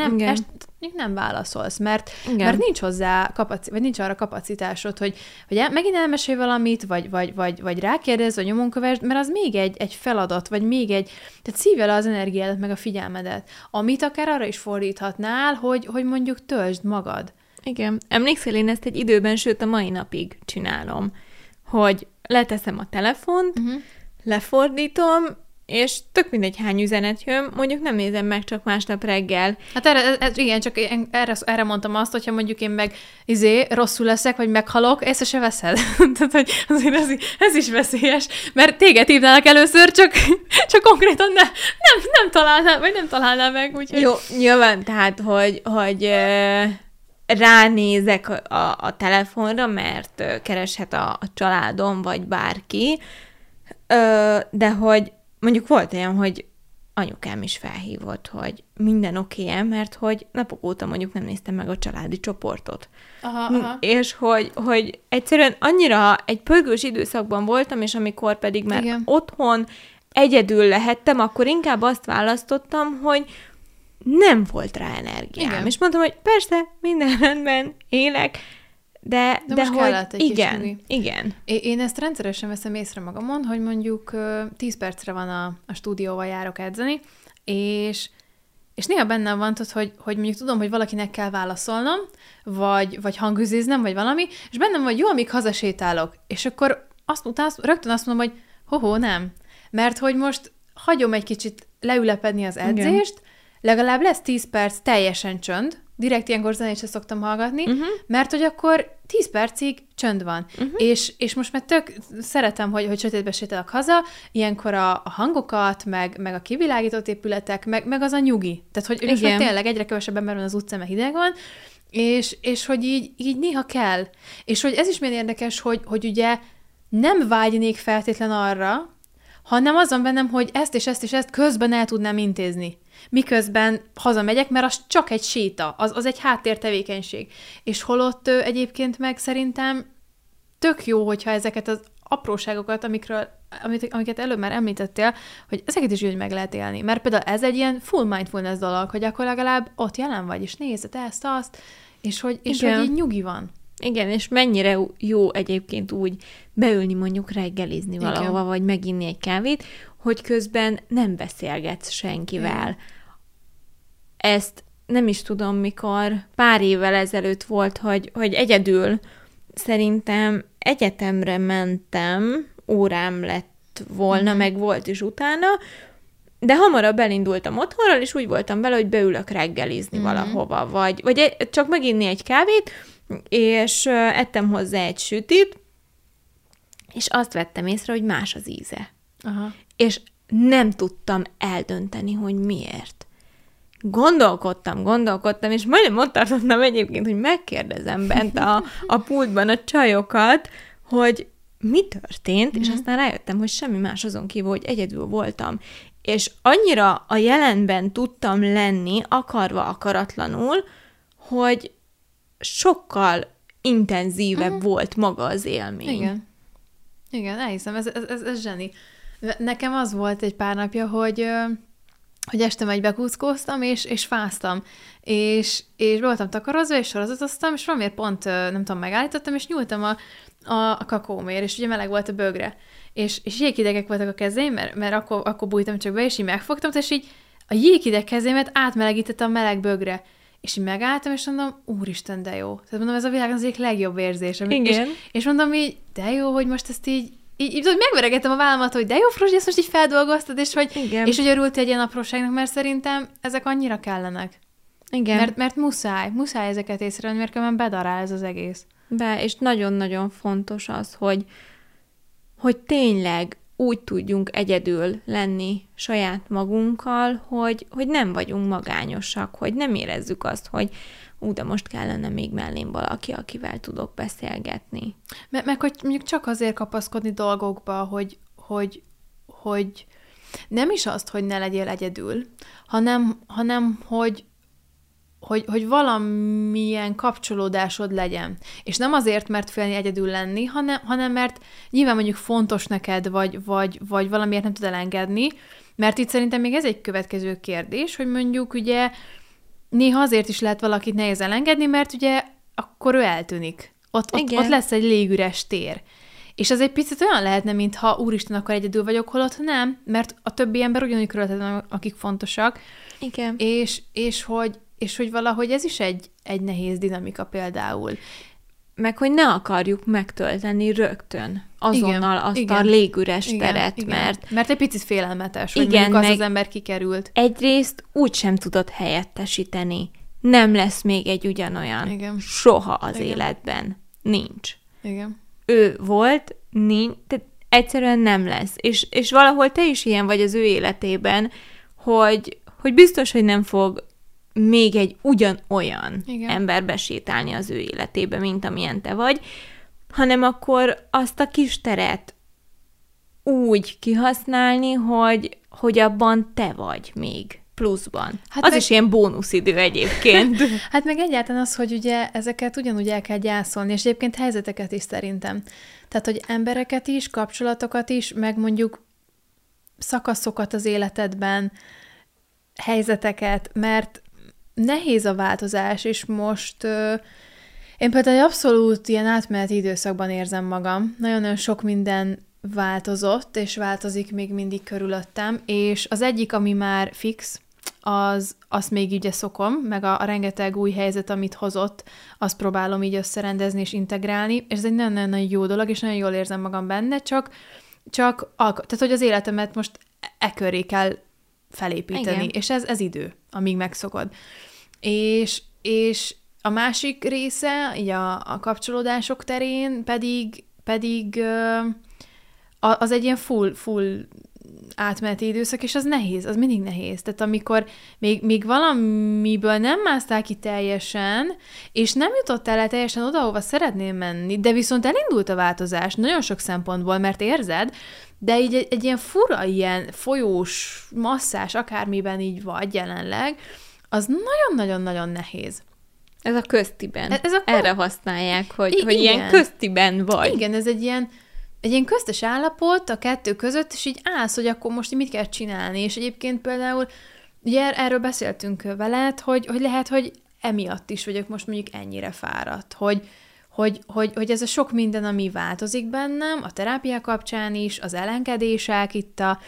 nem válaszolsz, mert nincs hozzá vagy nincs arra kapacitásod, hogy megint elmesélj valamit, vagy rákérdez, vagy nyomon kövesd, mert az még egy feladat, vagy még tehát szívja le az energiádat, meg a figyelmedet, amit akár arra is fordíthatnál, hogy mondjuk töltsd magad. Igen. Emlékszel, én ezt egy időben, sőt a mai napig csinálom, hogy leteszem a telefont, lefordítom, és tök mindegy hány üzenet jön, mondjuk nem nézem meg csak másnap reggel. Hát igen, csak erre mondtam azt, hogyha mondjuk én meg rosszul leszek, vagy meghalok, észre se veszed. Tehát, hogy azért ez is veszélyes, mert téged hívnálak először, csak konkrétan nem találnál, vagy nem találnál meg. Úgyhogy... Jó, nyilván, tehát, hogy ránézek a telefonra, mert kereshet a családom, vagy bárki, de hogy mondjuk volt olyan, hogy anyukám is felhívott, hogy minden oké-e, mert hogy napok óta mondjuk nem néztem meg a családi csoportot. Aha. És hogy egyszerűen annyira egy pörgős időszakban voltam, és amikor pedig már Igen. otthon egyedül lehettem, akkor inkább azt választottam, hogy nem volt rá energiám. Igen. És mondtam, hogy persze, minden rendben, élek, de most hogy kellett egy kis igen, nyugi. igen. Én ezt rendszeresen veszem észre magamon, hogy mondjuk 10 percre van a stúdióval járok edzeni, és néha bennem van, hogy mondjuk tudom, hogy valakinek kell válaszolnom, vagy hangüzéznem, vagy valami, és bennem van, hogy jó, amíg hazasétálok. És akkor rögtön azt mondom, hogy hoho, nem. Mert hogy most hagyom egy kicsit leülepedni az edzést, legalább lesz 10 perc teljesen csönd, direkt ilyenkor zenét sem szoktam hallgatni, mert hogy akkor 10 percig csönd van. És most már tök szeretem, hogy sötétbe sétálok haza, ilyenkor a hangokat, meg a kivilágított épületek, meg az a nyugi. Tehát, hogy most már tényleg egyre kevesebb ember van az utcán, mert hideg van, és hogy így néha kell. És hogy ez is milyen érdekes, hogy ugye nem vágynék feltétlen arra, hanem az van bennem, hogy ezt és ezt és ezt közben el tudnám intézni. Miközben hazamegyek, mert az csak egy séta, az egy háttértevékenység. És holott egyébként meg szerintem tök jó, hogyha ezeket az apróságokat, amiket előbb már említettél, hogy ezeket is úgy meg lehet élni. Mert például ez egy ilyen full mindfulness dolog, hogy akkor legalább ott jelen vagy, és nézed ezt, azt, és hogy így nyugi van. Igen, és mennyire jó egyébként úgy beülni mondjuk reggelizni valahova, vagy meginni egy kávét, hogy közben nem beszélgetsz senkivel. Igen. Ezt nem is tudom, mikor pár évvel ezelőtt volt, hogy egyedül szerintem egyetemre mentem, órám lett volna, meg volt is utána, de hamarabb elindultam otthonról, és úgy voltam vele, hogy beülök reggelizni valahova, vagy csak meginni egy kávét, és ettem hozzá egy sütit, és azt vettem észre, hogy más az íze. Aha. És nem tudtam eldönteni, hogy miért. Gondolkodtam, és majdnem ott tartottam egyébként, hogy megkérdezem bent a pultban a csajokat, hogy mi történt, és aztán rájöttem, hogy semmi más azon kívül, hogy egyedül voltam. És annyira a jelenben tudtam lenni, akarva, akaratlanul, hogy sokkal intenzívebb volt maga az élmény. Igen, elhiszem, ez zseni. Nekem az volt egy pár napja, hogy este megy bekuckóztam, és fáztam, és be voltam takarozva, és sorozatoztam, és valamiért pont, nem tudom, megállítottam, és nyúltam a kakaómér, és ugye meleg volt a bögre. És jéghidegek voltak a kezeim, mert akkor bújtam csak be, és így megfogtam, és így a jéghideg kezémet átmelegítettem a meleg bögre. És így megálltam, és mondom, úristen, de jó. Tehát mondom, ez a világon az egyik legjobb érzés. És mondom így, de jó, hogy most ezt így megveregettem a vállamat, hogy de jó, Fruzsi, ezt most így feldolgoztad, és hogy örültél egy ilyen apróságnak, mert szerintem ezek annyira kellenek. Igen. Mert muszáj ezeket észrevenni, mert különben bedarál ez az egész. És nagyon-nagyon fontos az, hogy tényleg úgy tudjunk egyedül lenni saját magunkkal, hogy nem vagyunk magányosak, hogy nem érezzük azt, hogy de most kellene még mellém valaki, akivel tudok beszélgetni. Meg hogy mondjuk csak azért kapaszkodni dolgokba, hogy nem is azt, hogy ne legyél egyedül, hanem hogy valamilyen kapcsolódásod legyen. És nem azért, mert félni egyedül lenni, hanem mert nyilván mondjuk fontos neked, vagy valamiért nem tud elengedni, mert itt szerintem még ez egy következő kérdés, hogy mondjuk ugye néha azért is lehet valakit nehéz elengedni, mert ugye akkor ő eltűnik. Ott lesz egy légüres tér. És ez egy picit olyan lehetne, mintha úristen, akkor egyedül vagyok, holott nem, mert a többi ember ugyanúgy körülöttem, akik fontosak. Igen. És hogy valahogy ez is egy nehéz dinamika például. Meg, hogy ne akarjuk megtölteni rögtön azonnal azt a légüres teret, mert egy picit félelmetes, hogy mondjuk az ember kikerült. Egyrészt úgy sem tudod helyettesíteni. Nem lesz még egy ugyanolyan. Igen. Soha az életben. Nincs. Igen. Ő volt, tehát egyszerűen nem lesz. És valahol te is ilyen vagy az ő életében, hogy biztos, hogy nem fog még egy ugyanolyan ember besétálni az ő életébe, mint amilyen te vagy, hanem akkor azt a kis teret úgy kihasználni, hogy abban te vagy még pluszban. Hát az meg... is ilyen bónuszidő egyébként. Hát meg egyáltalán az, hogy ugye ezeket ugyanúgy el kell gyászolni, és egyébként helyzeteket is szerintem. Tehát, hogy embereket is, kapcsolatokat is, meg mondjuk szakaszokat az életedben, helyzeteket, mert nehéz a változás, és most én például abszolút ilyen átmeneti időszakban érzem magam. Nagyon-nagyon sok minden változott, és változik még mindig körülöttem, és az egyik, ami már fix, azt még ugye szokom, meg a rengeteg új helyzet, amit hozott, azt próbálom így összerendezni és integrálni, és ez egy nagyon-nagyon jó dolog, és nagyon jól érzem magam benne, tehát, hogy az életemet most köré kell felépíteni, igen. És ez idő, amíg megszokod. És a másik része, így a kapcsolódások terén pedig az egy ilyen full átmeneti időszak, és az nehéz, az mindig nehéz. Tehát amikor még valamiből nem másztál ki teljesen, és nem jutottál el teljesen oda, ahova szeretnél menni, de viszont elindult a változás nagyon sok szempontból, mert érzed, de így egy ilyen fura, ilyen folyós, masszás, akármiben így vagy jelenleg, az nagyon-nagyon-nagyon nehéz. Ez a köztiben. Erre használják, hogy ilyen köztiben vagy. Igen, ez egy ilyen köztes állapot a kettő között, és így állsz, hogy akkor most mit kell csinálni. És egyébként például, ugye erről beszéltünk veled, hogy lehet, hogy emiatt is vagyok most mondjuk ennyire fáradt, hogy ez a sok minden, ami változik bennem, a terápia kapcsán is, az elengedések, itt a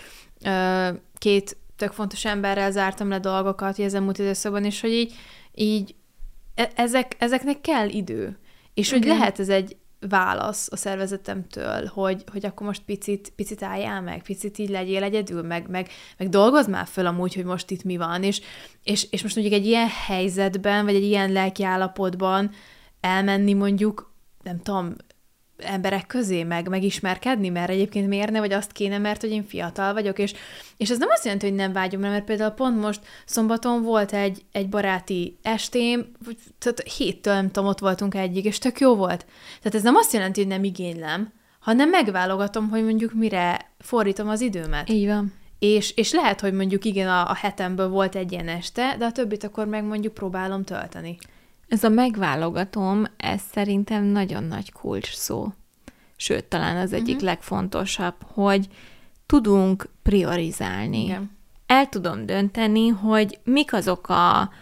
két tök fontos emberrel zártam le dolgokat ezen múlt időszakban, és hogy így ezeknek kell idő. És hogy lehet ez egy válasz a szervezetemtől, hogy akkor most picit álljál meg, picit így legyél egyedül, meg dolgozd már föl amúgy, hogy most itt mi van, és most mondjuk egy ilyen helyzetben, vagy egy ilyen lelkiállapotban elmenni mondjuk, nem tudom, emberek közé, megismerkedni, mert egyébként miért ne, vagy azt kéne, mert hogy én fiatal vagyok, és ez nem azt jelenti, hogy nem vágyom rá, mert például pont most szombaton volt egy baráti estém, tehát héttől, nem tudom, ott voltunk egyik, és tök jó volt. Tehát ez nem azt jelenti, hogy nem igénylem, hanem megválogatom, hogy mondjuk mire fordítom az időmet. Így van. És lehet, hogy mondjuk igen, a hetemből volt egy ilyen este, de a többit akkor meg mondjuk próbálom tölteni. Ez a megválogatom, ez szerintem nagyon nagy kulcs szó. Sőt, talán az egyik legfontosabb, hogy tudunk priorizálni. Igen. El tudom dönteni, hogy mik azok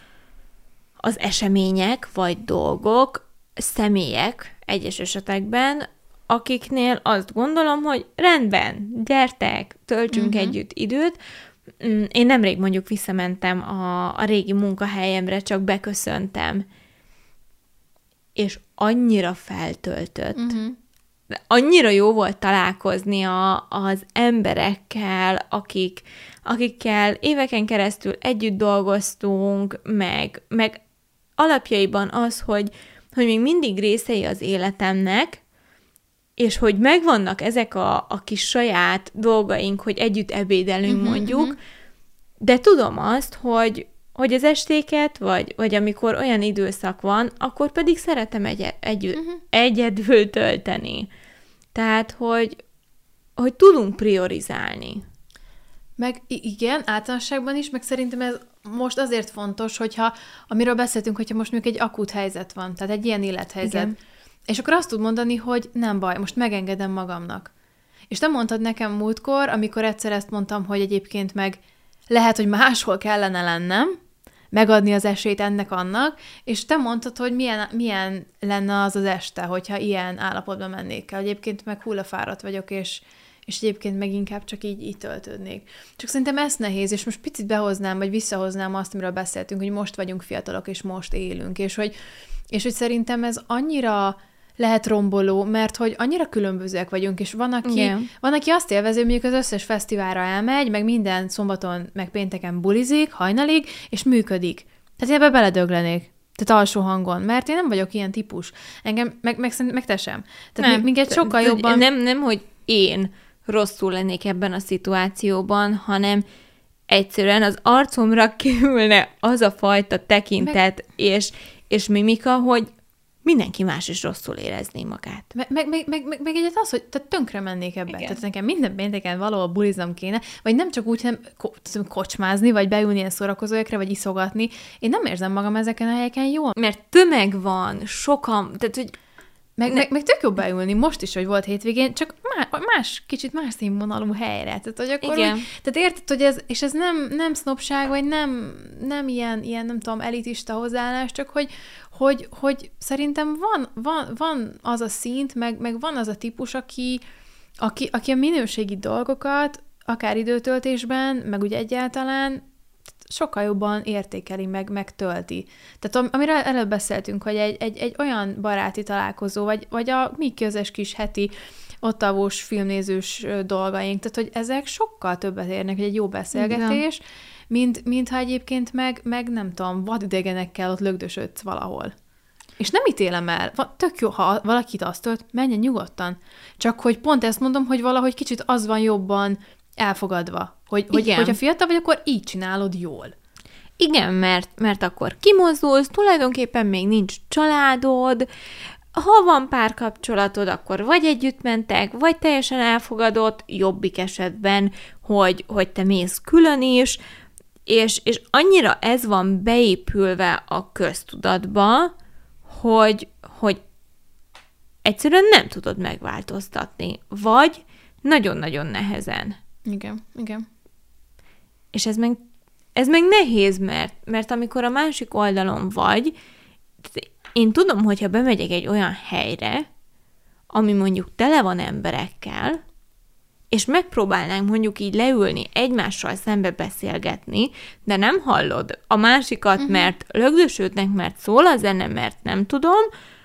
az események, vagy dolgok, személyek egyes esetekben, akiknél azt gondolom, hogy rendben, gyertek, töltsünk együtt időt. Én nemrég mondjuk visszamentem a régi munkahelyemre, csak beköszöntem, és annyira feltöltött. De annyira jó volt találkozni az emberekkel, akikkel éveken keresztül együtt dolgoztunk, meg alapjaiban az, hogy még mindig részei az életemnek, és hogy megvannak ezek a kis saját dolgaink, hogy együtt ebédelünk mondjuk, de tudom azt, hogy az estéket, vagy amikor olyan időszak van, akkor pedig szeretem egyedül tölteni. Tehát, hogy tudunk priorizálni. Meg igen, általánosságban is, meg szerintem ez most azért fontos, hogyha, amiről beszéltünk, hogyha most mondjuk egy akut helyzet van, tehát egy ilyen élethelyzet, igen. És akkor azt tud mondani, hogy nem baj, most megengedem magamnak. És te mondtad nekem múltkor, amikor egyszer ezt mondtam, hogy egyébként meg lehet, hogy máshol kellene lennem, megadni az esélyt ennek-annak, és te mondtad, hogy milyen lenne az este, hogyha ilyen állapotban mennék el. Egyébként meg hullafáradt vagyok, és egyébként meg inkább csak így töltődnék. Csak szerintem ez nehéz, és most picit behoznám, vagy visszahoznám azt, amiről beszéltünk, hogy most vagyunk fiatalok, és most élünk, és hogy szerintem ez annyira lehet romboló, mert hogy annyira különbözőek vagyunk, és van, aki azt élvezi, hogy mondjuk az összes fesztiválra elmegy, meg minden szombaton, meg pénteken bulizik, hajnalig, és működik. Tehát ebbe beledöglenék. Tehát alsó hangon, mert én nem vagyok ilyen típus. Engem, meg te sem. Tehát minket sokkal jobban... Nem, hogy én rosszul lennék ebben a szituációban, hanem egyszerűen az arcomra kiülne az a fajta tekintet és mimika, hogy mindenki más is rosszul érezné magát. Meg egyet az, hogy tehát tönkre mennék ebbe. Igen. Tehát nekem minden pénteken valahol buliznom kéne, vagy nem csak úgy, hanem kocsmázni, vagy beülni ilyen szórakozóekre, vagy iszogatni. Én nem érzem magam ezeken a helyeken jól. Mert tömeg van, sokan, tehát hogy Meg tök jó beülni, most is, hogy volt hétvégén, csak kicsit más színvonalú helyre. Tehát, hogy akkor igen. Tehát érted, hogy ez, és ez nem sznobság, vagy nem ilyen, nem tudom, elitista hozzáállás, csak hogy szerintem van az a szint, meg van az a típus, aki a minőségi dolgokat, akár időtöltésben, meg ugye egyáltalán sokkal jobban értékeli, meg tölti. Tehát amiről előbb beszéltünk, hogy egy olyan baráti találkozó, vagy a mi közös kis heti ottavós filmnézős dolgaink, tehát hogy ezek sokkal többet érnek, hogy egy jó beszélgetés, mint ha egyébként meg nem tudom, vadidegenekkel ott lögdösödsz valahol. És nem ítélem el. Tök jó, ha valakit azt tölt, menjen nyugodtan. Csak hogy pont ezt mondom, hogy valahogy kicsit az van jobban elfogadva. Hogyha fiatal vagy, akkor így csinálod jól. Igen, mert akkor kimozdulsz, tulajdonképpen még nincs családod, ha van párkapcsolatod, akkor vagy együtt mentek, vagy teljesen elfogadott, jobbik esetben, hogy te mész külön is, és annyira ez van beépülve a köztudatba, hogy egyszerűen nem tudod megváltoztatni, vagy nagyon-nagyon nehezen. Igen. És ez meg nehéz, mert amikor a másik oldalon vagy, én tudom, hogyha bemegyek egy olyan helyre, ami mondjuk tele van emberekkel, és megpróbálnánk mondjuk így leülni, egymással szembe beszélgetni, de nem hallod a másikat, mert lögdösödnek, mert szól a zene, mert nem tudom,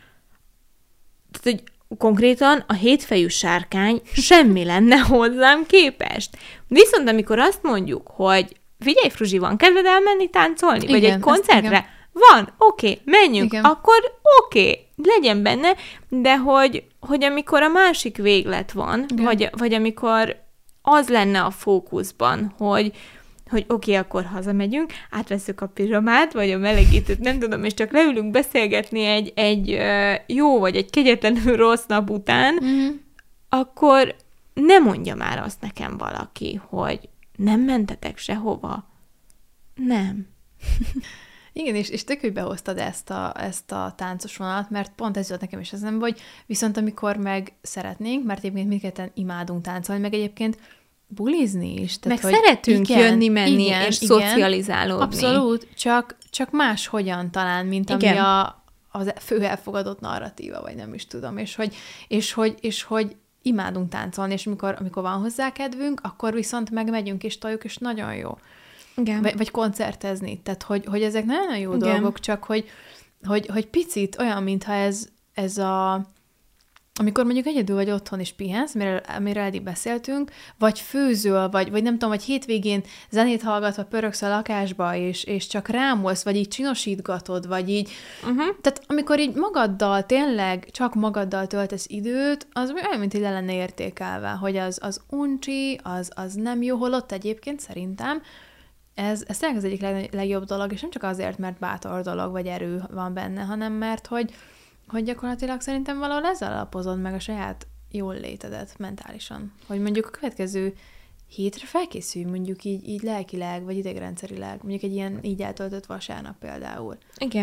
tehát, hogy konkrétan a hétfejű sárkány semmi lenne hozzám képest. Viszont amikor azt mondjuk, hogy figyelj, Fruzsi, van kedved elmenni táncolni? Igen, vagy egy koncertre? Van, oké, menjünk, igen. Akkor oké, legyen benne, de hogy amikor a másik véglet van, vagy amikor az lenne a fókuszban, hogy oké, akkor hazamegyünk, átvesszük a pizsamát, vagy a melegítőt, nem tudom, és csak leülünk beszélgetni egy jó, vagy egy kegyetlenül rossz nap után, akkor ne mondja már azt nekem valaki, hogy nem mentetek sehova. Nem. Igen, és tök, hogy behoztad ezt a táncos vonalat, mert pont ez jött nekem is eszembe, hogy viszont amikor meg szeretnénk, mert egyébként mindketten imádunk táncolni, meg egyébként bulizni is. Tehát, meg szeretünk jönni-menni és szocializálódni. Abszolút, csak máshogyan talán, mint ami az fő elfogadott narratíva, vagy nem is tudom, és hogy imádunk táncolni, és amikor van hozzá kedvünk, akkor viszont megmegyünk és toljuk, és nagyon jó. Igen. Vagy koncertezni. Tehát, hogy ezek nagyon jó dolgok, csak hogy picit olyan, mintha ez a... Amikor mondjuk egyedül vagy otthon is pihensz, amiről eddig beszéltünk, vagy főzöl, vagy nem tudom, vagy hétvégén zenét hallgatva pöröksz a lakásba, és csak rámolsz, vagy így csinosítgatod, vagy így... Tehát amikor így magaddal, tényleg csak magaddal töltesz időt, az olyan, mint így le lenne értékelve, hogy az uncsi, az nem jó, holott egyébként szerintem ez tényleg az egyik legjobb dolog, és nem csak azért, mert bátor dolog, vagy erő van benne, hanem mert, hogy gyakorlatilag szerintem valahol ezzel alapozod meg a saját jól létedet mentálisan. Hogy mondjuk a következő hétre felkészülj mondjuk így lelkileg, vagy idegrendszerileg, mondjuk egy ilyen így eltöltött vasárnap például.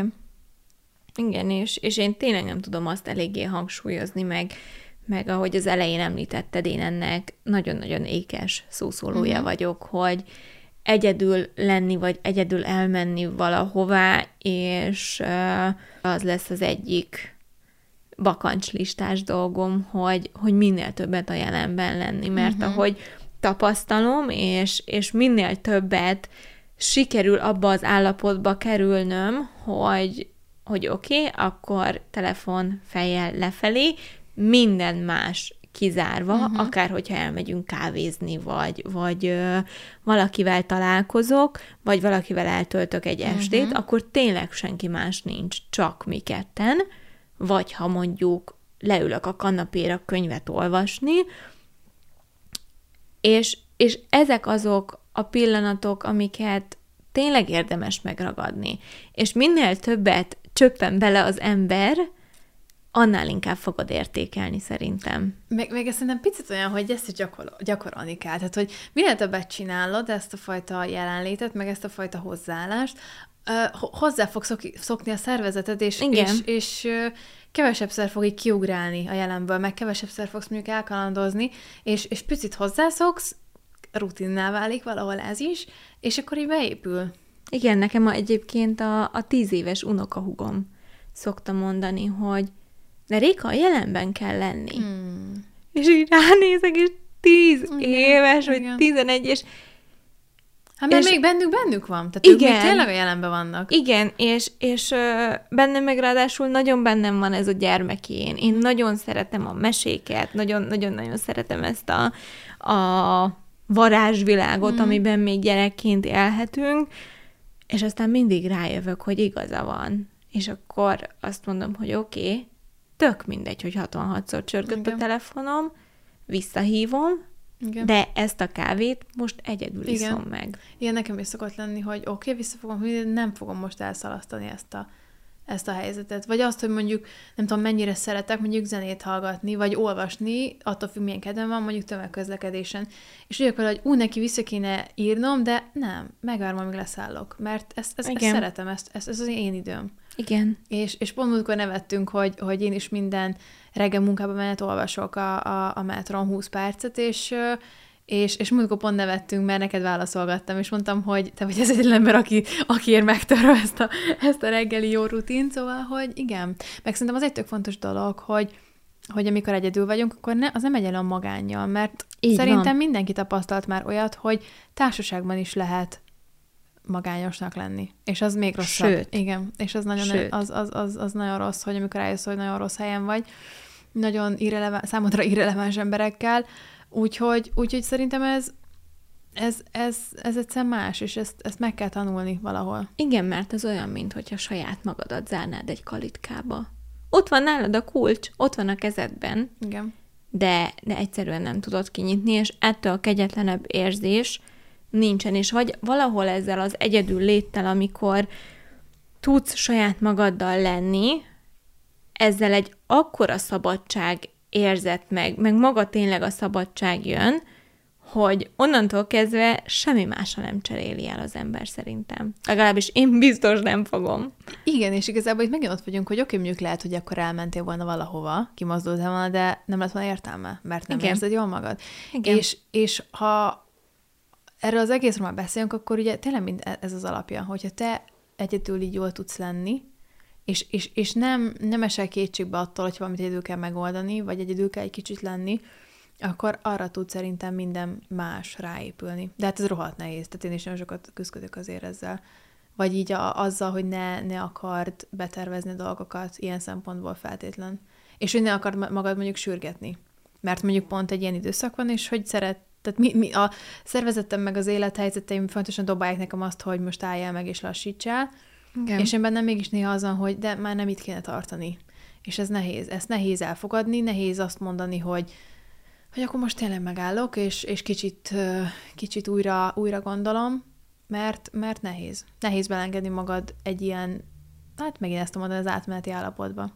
Igen, és én tényleg nem tudom azt eléggé hangsúlyozni, meg ahogy az elején említetted, én ennek nagyon-nagyon ékes szószólója vagyok, hogy egyedül lenni, vagy egyedül elmenni valahová, és az lesz az egyik bakancslistás dolgom, hogy minél többet a jelenben lenni, mert ahogy tapasztalom, és minél többet sikerül abba az állapotba kerülnöm, hogy oké, akkor telefon fejjel lefelé, minden más kizárva, akár hogyha elmegyünk kávézni, vagy valakivel találkozok, vagy valakivel eltöltök egy estét, akkor tényleg senki más nincs, csak mi ketten, vagy ha mondjuk leülök a kanapéra könyvet olvasni, és ezek azok a pillanatok, amiket tényleg érdemes megragadni. És minél többet csöppen bele az ember annál inkább fogod értékelni szerintem. Meg ezt szerintem picit olyan, hogy ezt is gyakorolni kell. Tehát, hogy minél többet csinálod ezt a fajta jelenlétet, meg ezt a fajta hozzáállást, hozzá fog szokni a szervezeted, és kevesebbszer fog így kiugrálni a jelenből, meg kevesebbszer fogsz mondjuk elkalandozni, és picit hozzászoksz, rutinná válik valahol ez is, és akkor így beépül. Igen, nekem egyébként a 10 éves unokahúgom szokta mondani, hogy de Réka, a jelenben kell lenni. És így ránézek, és 10 éves, vagy 11, és hát mert még bennük van. Tehát ők még tényleg a jelenben vannak. Igen, és bennem meg ráadásul nagyon bennem van ez a gyermekén. Én nagyon szeretem a meséket, nagyon-nagyon szeretem ezt a varázsvilágot, amiben még gyerekként élhetünk, és aztán mindig rájövök, hogy igaza van. És akkor azt mondom, hogy oké, tök mindegy, hogy 66-szor csörgött a telefonom, visszahívom, igen. De ezt a kávét most egyedül iszom meg. Igen, nekem is szokott lenni, hogy oké, visszafogom, nem fogom most elszalasztani ezt a helyzetet. Vagy azt, hogy mondjuk, nem tudom, mennyire szeretek mondjuk zenét hallgatni, vagy olvasni, attól függ, milyen kedvem van, mondjuk tömegközlekedésen. És úgy vele, hogy neki vissza kéne írnom, de nem, megvárom, amíg leszállok. Mert ezt szeretem, ez az én időm. Igen. És pont múltkor nevettünk, hogy én is minden reggel munkába menet olvasok a metron 20 percet, és múltkor pont nevettünk, mert neked válaszolgattam, és mondtam, hogy te vagy az egyetlen ember, akiért megtörve ezt a reggeli jó rutin, szóval, hogy igen. Meg szerintem az egy tök fontos dolog, hogy amikor egyedül vagyunk, akkor az nem egyenlően magánnyal, mert így szerintem van. Mindenki tapasztalt már olyat, hogy társaságban is lehet magányosnak lenni. És az még rosszabb. Sőt. Igen. És az nagyon, az nagyon rossz, hogy amikor rájössz, hogy nagyon rossz helyen vagy, nagyon számodra irreleváns emberekkel, úgyhogy szerintem ez egyszer más, és ezt meg kell tanulni valahol. Igen, mert ez olyan, mintha saját magadat zárnád egy kalitkába. Ott van nálad a kulcs, ott van a kezedben, igen. De egyszerűen nem tudod kinyitni, és ettől a kegyetlenebb érzés nincsen, és vagy valahol ezzel az egyedül léttel, amikor tudsz saját magaddal lenni, ezzel egy akkora szabadság érzett meg maga tényleg a szabadság jön, hogy onnantól kezdve semmi másra nem cseréli el az ember szerintem. Legalábbis én biztos nem fogom. Igen, és igazából itt megint ott vagyunk, hogy oké, mondjuk lehet, hogy akkor elmentél volna valahova, kimozdultál volna, de nem lett volna értelme, mert nem érzed jól magad. Igen. És ha erről az egészről már beszélünk, akkor ugye tényleg ez az alapja, hogyha te egyedül így jól tudsz lenni, és nem esel kétségbe attól, hogy valamit egyedül kell megoldani, vagy egyedül kell egy kicsit lenni, akkor arra tud szerintem minden más ráépülni. De hát ez rohadt nehéz, tehát én is nagyon sokat küzdök azért ezzel. Vagy így azzal, hogy ne akard betervezni dolgokat ilyen szempontból feltétlen. És hogy ne akard magad mondjuk sürgetni. Mert mondjuk pont egy ilyen időszak van, és hogy tehát a szervezetem meg az élethelyzeteim fontosan dobálják nekem azt, hogy most álljál meg és lassítsál, igen. És én bennem mégis néha azon, hogy de már nem itt kéne tartani. És ez nehéz. Ezt nehéz elfogadni, nehéz azt mondani, hogy akkor most tényleg megállok, és kicsit újra gondolom, mert nehéz. Nehéz belengedni magad egy ilyen, hát megint ezt mondani, az átmeneti állapotba.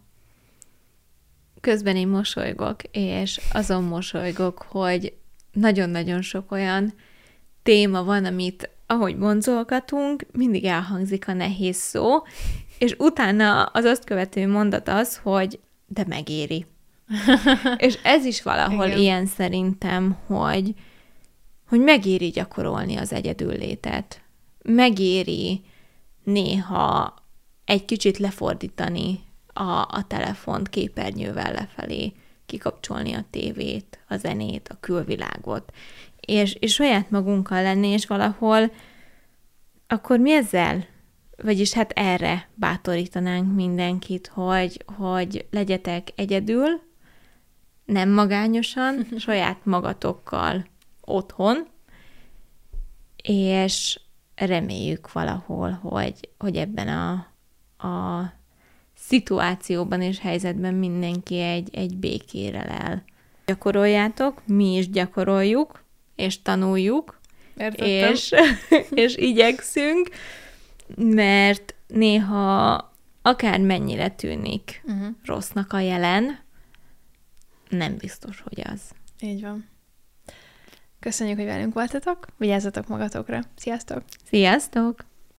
Közben én mosolygok, és azon mosolygok, hogy nagyon-nagyon sok olyan téma van, amit ahogy bonzolgatunk, mindig elhangzik a nehéz szó, és utána az azt követő mondat az, hogy de megéri. És ez is valahol igen. Ilyen szerintem, hogy megéri gyakorolni az egyedüllétet. Megéri néha egy kicsit lefordítani a telefont képernyővel lefelé, kikapcsolni a tévét, a zenét, a külvilágot, és saját magunkkal lenni, és valahol akkor mi ezzel? Vagyis hát erre bátorítanánk mindenkit, hogy legyetek egyedül, nem magányosan, saját magatokkal otthon, és reméljük valahol, hogy ebben a szituációban és helyzetben mindenki egy békére lel. Gyakoroljátok, mi is gyakoroljuk, és tanuljuk, és igyekszünk, mert néha akár mennyire tűnik rossznak a jelen, nem biztos, hogy az. Így van. Köszönjük, hogy velünk voltatok, vigyázzatok magatokra. Sziasztok! Sziasztok!